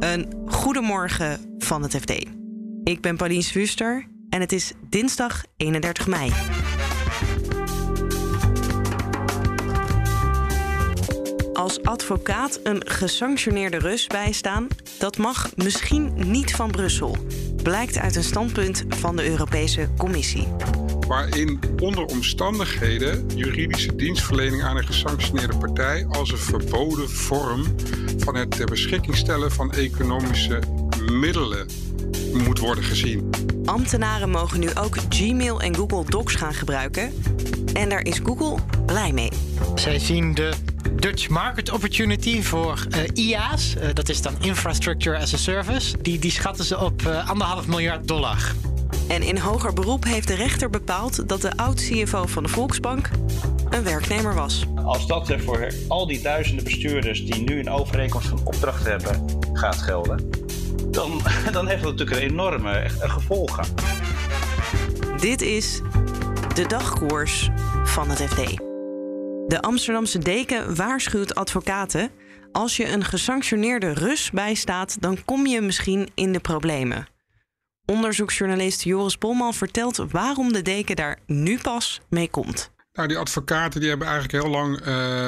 Een goedemorgen van het FD. Ik ben Pauline Swuster en het is dinsdag 31 mei. Als advocaat een gesanctioneerde Rus bijstaan, dat mag misschien niet van Brussel. Blijkt uit een standpunt van de Europese Commissie. Waarin onder omstandigheden juridische dienstverlening aan een gesanctioneerde partij als een verboden vorm van het ter beschikking stellen van economische middelen moet worden gezien. Ambtenaren mogen nu ook Gmail en Google Docs gaan gebruiken. En daar is Google blij mee. Zij zien de Dutch Market Opportunity voor IaaS. Dat is dan Infrastructure as a Service. Die schatten ze op $1,5 miljard. En in hoger beroep heeft de rechter bepaald dat de oud-CFO van de Volksbank een werknemer was. Als dat er voor al die duizenden bestuurders die nu een overeenkomst van opdracht hebben gaat gelden, dan heeft dat natuurlijk een enorme gevolgen. Dit is de dagkoers van het FD. De Amsterdamse deken waarschuwt advocaten: als je een gesanctioneerde Rus bijstaat, dan kom je misschien in de problemen. Onderzoeksjournalist Joris Polman vertelt waarom de deken daar nu pas mee komt. Nou, die advocaten die hebben eigenlijk heel lang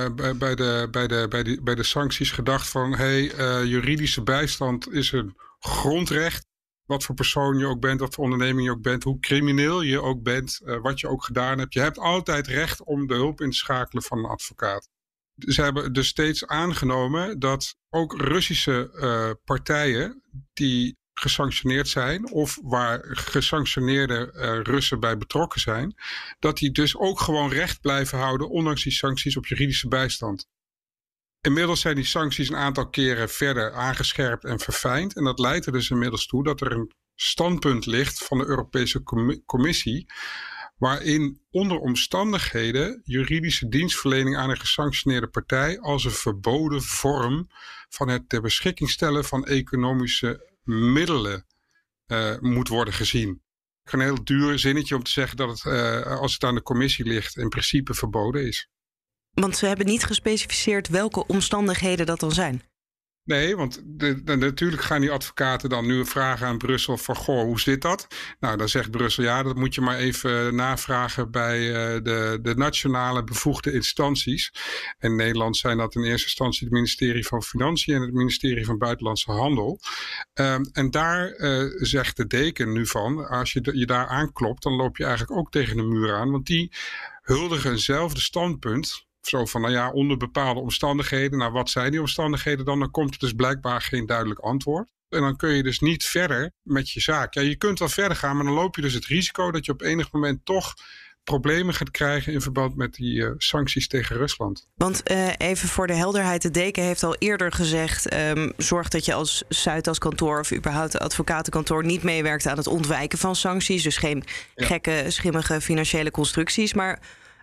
bij de sancties gedacht van juridische bijstand is een grondrecht. Wat voor persoon je ook bent, wat voor onderneming je ook bent, hoe crimineel je ook bent, wat je ook gedaan hebt. Je hebt altijd recht om de hulp in te schakelen van een advocaat. Ze hebben dus steeds aangenomen dat ook Russische partijen die gesanctioneerd zijn of waar gesanctioneerde Russen bij betrokken zijn, dat die dus ook gewoon recht blijven houden ondanks die sancties op juridische bijstand. Inmiddels zijn die sancties een aantal keren verder aangescherpt en verfijnd. En dat leidt er dus inmiddels toe dat er een standpunt ligt van de Europese Commissie, waarin onder omstandigheden juridische dienstverlening aan een gesanctioneerde partij als een verboden vorm van het ter beschikking stellen van economische middelen moet worden gezien. Een heel duur zinnetje om te zeggen dat het, als het aan de commissie ligt, in principe verboden is. Want ze hebben niet gespecificeerd welke omstandigheden dat dan zijn. Nee, want natuurlijk gaan die advocaten dan nu vragen aan Brussel van hoe zit dat? Nou, dan zegt Brussel dat moet je maar even navragen bij de nationale bevoegde instanties. In Nederland zijn dat in eerste instantie het ministerie van Financiën en het ministerie van Buitenlandse Handel. En daar zegt de deken nu van, als je daar aanklopt, dan loop je eigenlijk ook tegen de muur aan. Want die huldigen eenzelfde standpunt. Zo van, onder bepaalde omstandigheden. Nou, wat zijn die omstandigheden dan? Dan komt er dus blijkbaar geen duidelijk antwoord. En dan kun je dus niet verder met je zaak. Ja, je kunt wel verder gaan, maar dan loop je dus het risico dat je op enig moment toch problemen gaat krijgen in verband met die sancties tegen Rusland. Want even voor de helderheid, de deken heeft al eerder gezegd, zorg dat je als Zuidas kantoor of überhaupt advocatenkantoor niet meewerkt aan het ontwijken van sancties. Dus geen gekke, schimmige financiële constructies. Maar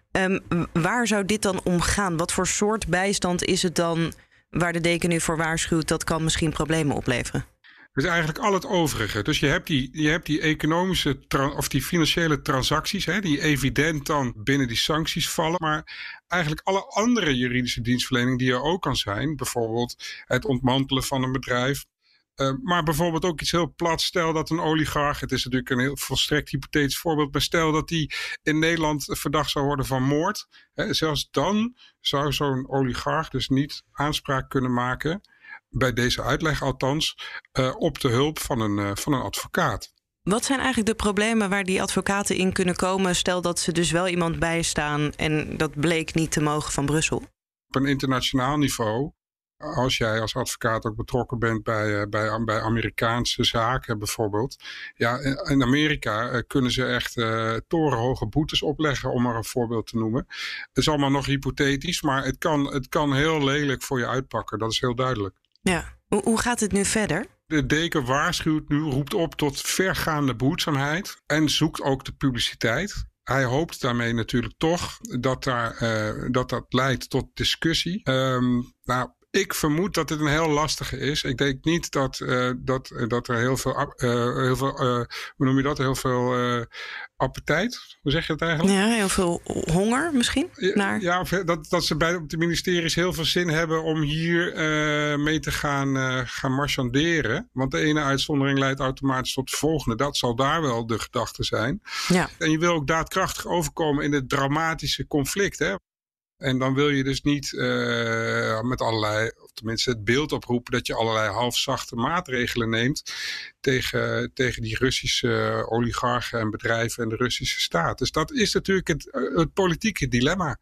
waar zou dit dan om gaan? Wat voor soort bijstand is het dan waar de deken nu voor waarschuwt dat kan misschien problemen opleveren? Dus eigenlijk al het overige. Dus je hebt die economische of die financiële transacties, die evident dan binnen die sancties vallen. Maar eigenlijk alle andere juridische dienstverlening die er ook kan zijn. Bijvoorbeeld het ontmantelen van een bedrijf. Maar bijvoorbeeld ook iets heel plat. Stel dat een oligarch, het is natuurlijk een heel volstrekt hypothetisch voorbeeld, maar stel dat die in Nederland verdacht zou worden van moord. Zelfs dan zou zo'n oligarch dus niet aanspraak kunnen maken, bij deze uitleg althans, op de hulp van een advocaat. Wat zijn eigenlijk de problemen waar die advocaten in kunnen komen? Stel dat ze dus wel iemand bijstaan en dat bleek niet te mogen van Brussel. Op een internationaal niveau, als jij als advocaat ook betrokken bent bij Amerikaanse zaken bijvoorbeeld. Ja, in Amerika kunnen ze echt torenhoge boetes opleggen, om maar een voorbeeld te noemen. Het is allemaal nog hypothetisch, maar het kan heel lelijk voor je uitpakken. Dat is heel duidelijk. Ja, hoe gaat het nu verder? De deken waarschuwt nu, roept op tot vergaande behoedzaamheid en zoekt ook de publiciteit. Hij hoopt daarmee natuurlijk toch dat dat leidt tot discussie. Ik vermoed dat het een heel lastige is. Ik denk niet dat er heel veel appetijt, hoe zeg je het eigenlijk? Ja, heel veel honger misschien. Ja, dat ze op de ministeries heel veel zin hebben om hier mee te gaan marchanderen. Want de ene uitzondering leidt automatisch tot de volgende. Dat zal daar wel de gedachte zijn. Ja. En je wil ook daadkrachtig overkomen in het dramatische conflict, hè? En dan wil je dus niet met allerlei, of tenminste het beeld oproepen dat je allerlei halfzachte maatregelen neemt tegen die Russische oligarchen en bedrijven en de Russische staat. Dus dat is natuurlijk het politieke dilemma.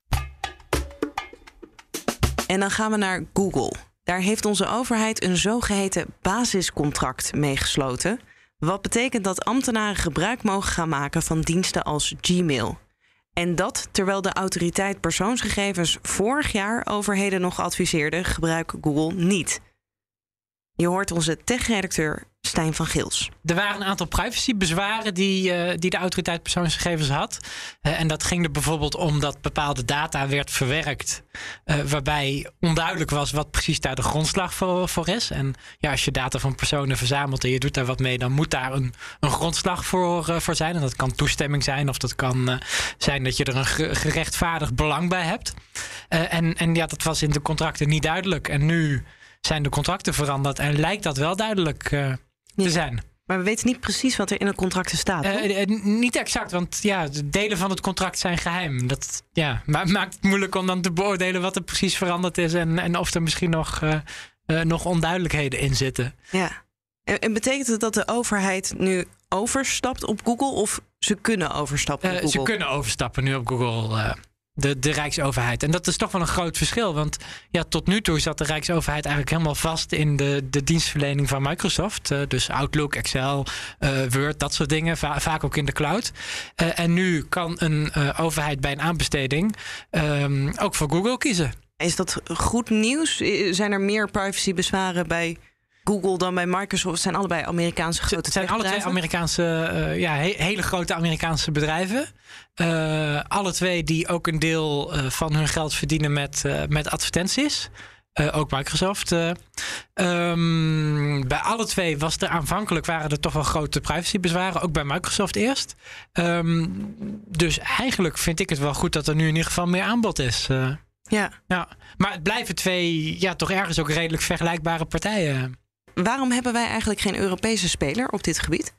En dan gaan we naar Google. Daar heeft onze overheid een zogeheten basiscontract mee gesloten. Wat betekent dat ambtenaren gebruik mogen gaan maken van diensten als Gmail. En dat terwijl de autoriteit persoonsgegevens vorig jaar overheden nog adviseerde: gebruik Google niet. Je hoort onze tech-redacteur Stijn van Gils. Er waren een aantal privacybezwaren die de autoriteit persoonsgegevens had. En dat ging er bijvoorbeeld om dat bepaalde data werd verwerkt, waarbij onduidelijk was wat precies daar de grondslag voor is. En ja, als je data van personen verzamelt en je doet daar wat mee, dan moet daar een grondslag voor zijn. En dat kan toestemming zijn of dat kan zijn dat je er een gerechtvaardigd belang bij hebt. En ja, dat was in de contracten niet duidelijk. En nu zijn de contracten veranderd en lijkt dat wel duidelijk te zijn. Maar we weten niet precies wat er in de contracten staat. Niet exact, want ja, de delen van het contract zijn geheim. Dat maakt het moeilijk om dan te beoordelen wat er precies veranderd is en of er misschien nog onduidelijkheden in zitten. Ja. En betekent het dat de overheid nu overstapt op Google of ze kunnen overstappen op Google? Ze kunnen overstappen nu op Google. De Rijksoverheid. En dat is toch wel een groot verschil. Want ja, tot nu toe zat de Rijksoverheid eigenlijk helemaal vast in de dienstverlening van Microsoft. Dus Outlook, Excel, Word, dat soort dingen. Vaak ook in de cloud. En nu kan een overheid bij een aanbesteding ook voor Google kiezen. Is dat goed nieuws? Zijn er meer privacybezwaren bij Google dan bij Microsoft? Het zijn allebei Amerikaanse grote bedrijven. Het zijn alle twee Amerikaanse, hele grote Amerikaanse bedrijven. Alle twee die ook een deel van hun geld verdienen met advertenties. Ook Microsoft. Bij alle twee waren er toch wel grote privacybezwaren. Ook bij Microsoft eerst. Dus eigenlijk vind ik het wel goed dat er nu in ieder geval meer aanbod is. Ja. Maar het blijven twee toch ergens ook redelijk vergelijkbare partijen. Waarom hebben wij eigenlijk geen Europese speler op dit gebied?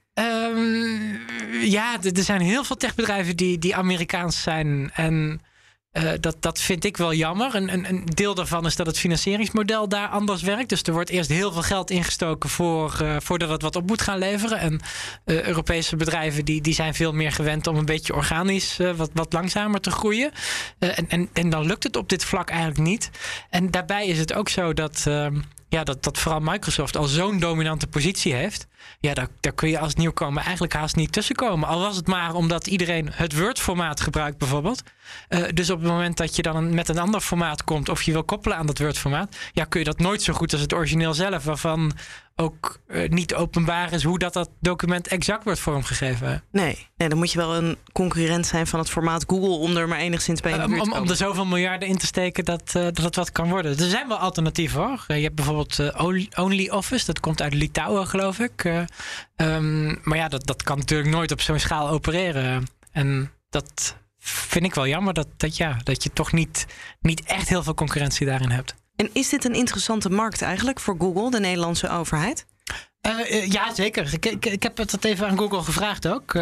Er zijn heel veel techbedrijven die Amerikaans zijn. En dat vind ik wel jammer. Een deel daarvan is dat het financieringsmodel daar anders werkt. Dus er wordt eerst heel veel geld ingestoken voordat het wat op moet gaan leveren. En Europese bedrijven die zijn veel meer gewend om een beetje organisch wat langzamer te groeien. En dan lukt het op dit vlak eigenlijk niet. En daarbij is het ook zo dat vooral Microsoft al zo'n dominante positie heeft. Ja, daar kun je als nieuwkomer eigenlijk haast niet tussenkomen. Al was het maar omdat iedereen het Word-formaat gebruikt bijvoorbeeld. Dus op het moment dat je dan met een ander formaat komt of je wil koppelen aan dat Word-formaat, kun je dat nooit zo goed als het origineel zelf, waarvan ook niet openbaar is hoe dat document exact wordt vormgegeven. Nee, dan moet je wel een concurrent zijn van het formaat Google om er maar enigszins bij in de buurt te komen. Om er zoveel miljarden in te steken dat het wat kan worden. Er zijn wel alternatieven hoor. Je hebt bijvoorbeeld OnlyOffice, dat komt uit Litouwen geloof ik. Maar dat kan natuurlijk nooit op zo'n schaal opereren. En dat vind ik wel jammer dat je toch niet echt heel veel concurrentie daarin hebt. En is dit een interessante markt eigenlijk voor Google, de Nederlandse overheid? Ja, zeker. Ik heb het even aan Google gevraagd ook.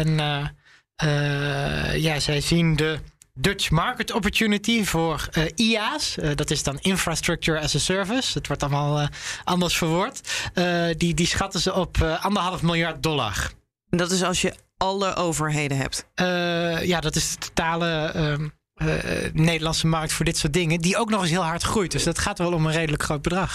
Zij zien de Dutch Market Opportunity voor IaaS. Dat is dan Infrastructure as a Service. Het wordt allemaal anders verwoord. Die schatten ze op $1,5 miljard. En dat is als je alle overheden hebt? Dat is de totale Nederlandse markt voor dit soort dingen, die ook nog eens heel hard groeit. Dus dat gaat wel om een redelijk groot bedrag.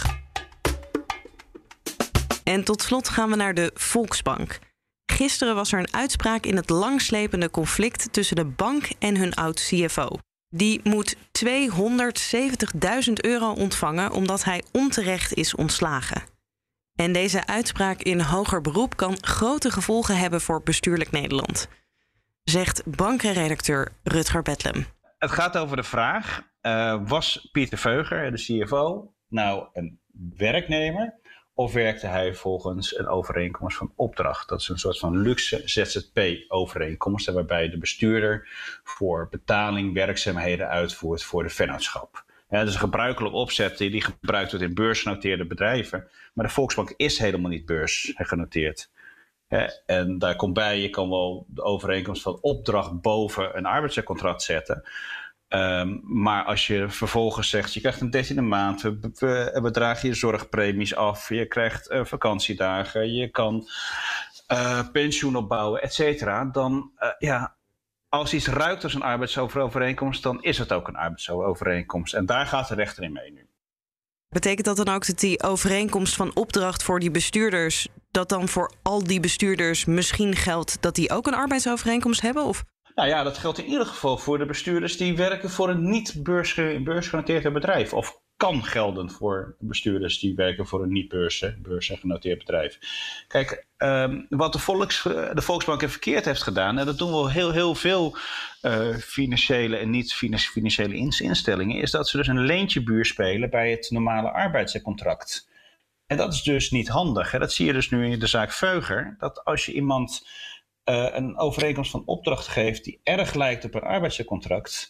En tot slot gaan we naar de Volksbank. Gisteren was er een uitspraak in het langslepende conflict tussen de bank en hun oud-CFO. Die moet €270.000 ontvangen omdat hij onterecht is ontslagen. En deze uitspraak in hoger beroep kan grote gevolgen hebben voor bestuurlijk Nederland, zegt bankenredacteur Rutger Bedlem. Het gaat over de vraag, was Pieter Veuger, de CFO, nou een werknemer of werkte hij volgens een overeenkomst van opdracht? Dat is een soort van luxe ZZP-overeenkomst waarbij de bestuurder voor betaling werkzaamheden uitvoert voor de vennootschap. Ja, dat is een gebruikelijke opzet die gebruikt wordt in beursgenoteerde bedrijven. Maar de Volksbank is helemaal niet beursgenoteerd. En daar komt bij, je kan wel de overeenkomst van opdracht boven een arbeidscontract zetten. Maar als je vervolgens zegt, je krijgt een 13e maand, we dragen je zorgpremies af, je krijgt vakantiedagen, je kan pensioen opbouwen, et cetera. Dan, als iets ruikt als een arbeidsovereenkomst, dan is het ook een arbeidsovereenkomst. En daar gaat de rechter in mee nu. Betekent dat dan ook dat die overeenkomst van opdracht voor die bestuurders, dat dan voor al die bestuurders misschien geldt dat die ook een arbeidsovereenkomst hebben? Of? Nou ja, dat geldt in ieder geval voor de bestuurders die werken voor een niet beursgenoteerd bedrijf. Of kan gelden voor bestuurders die werken voor een niet beursgenoteerd bedrijf. Kijk, wat de Volksbank verkeerd heeft gedaan, en dat doen wel heel veel financiële en niet-financiële instellingen, is dat ze dus een leentjebuur spelen bij het normale arbeidscontract. En dat is dus niet handig. Hè? Dat zie je dus nu in de zaak Veuger, dat als je iemand een overeenkomst van opdracht geeft die erg lijkt op een arbeidscontract,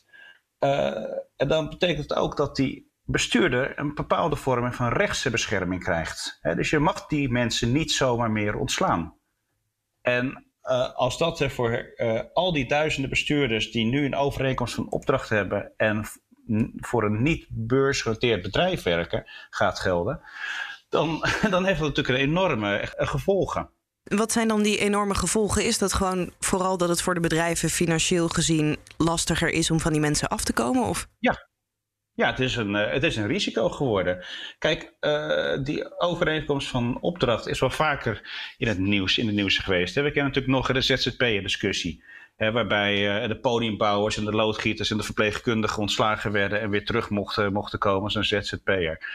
en dan betekent het ook dat die bestuurder een bepaalde vorm van rechtsbescherming krijgt. Dus je mag die mensen niet zomaar meer ontslaan. En als dat er voor al die duizenden bestuurders die nu een overeenkomst van opdracht hebben en voor een niet beursgenoteerd bedrijf werken gaat gelden, dan heeft dat natuurlijk een enorme gevolgen. Wat zijn dan die enorme gevolgen? Is dat gewoon vooral dat het voor de bedrijven financieel gezien lastiger is om van die mensen af te komen? Of? Ja, het is een risico geworden. Kijk, die overeenkomst van opdracht is wel vaker in het nieuws geweest. Hè? We kennen natuurlijk nog de ZZP'er-discussie. Waarbij de podiumbouwers en de loodgieters en de verpleegkundigen ontslagen werden en weer terug mochten komen als een ZZP'er.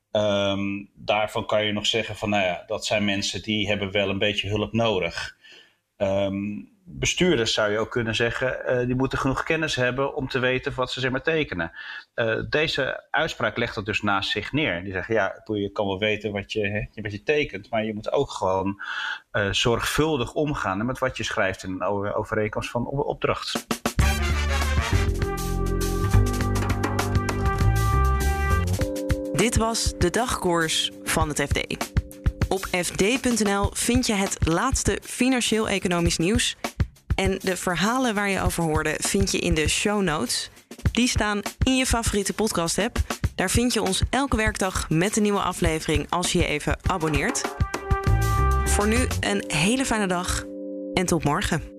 Daarvan kan je nog zeggen van, dat zijn mensen die hebben wel een beetje hulp nodig. Bestuurders zou je ook kunnen zeggen, die moeten genoeg kennis hebben om te weten wat ze tekenen. Deze uitspraak legt dat dus naast zich neer. Die zeggen, je kan wel weten wat je tekent, maar je moet ook gewoon zorgvuldig omgaan met wat je schrijft in een overeenkomst van opdracht. Dit was de dagkoers van het FD. Op fd.nl vind je het laatste financieel-economisch nieuws. En de verhalen waar je over hoorde vind je in de show notes. Die staan in je favoriete podcast-app. Daar vind je ons elke werkdag met een nieuwe aflevering als je je even abonneert. Voor nu een hele fijne dag en tot morgen.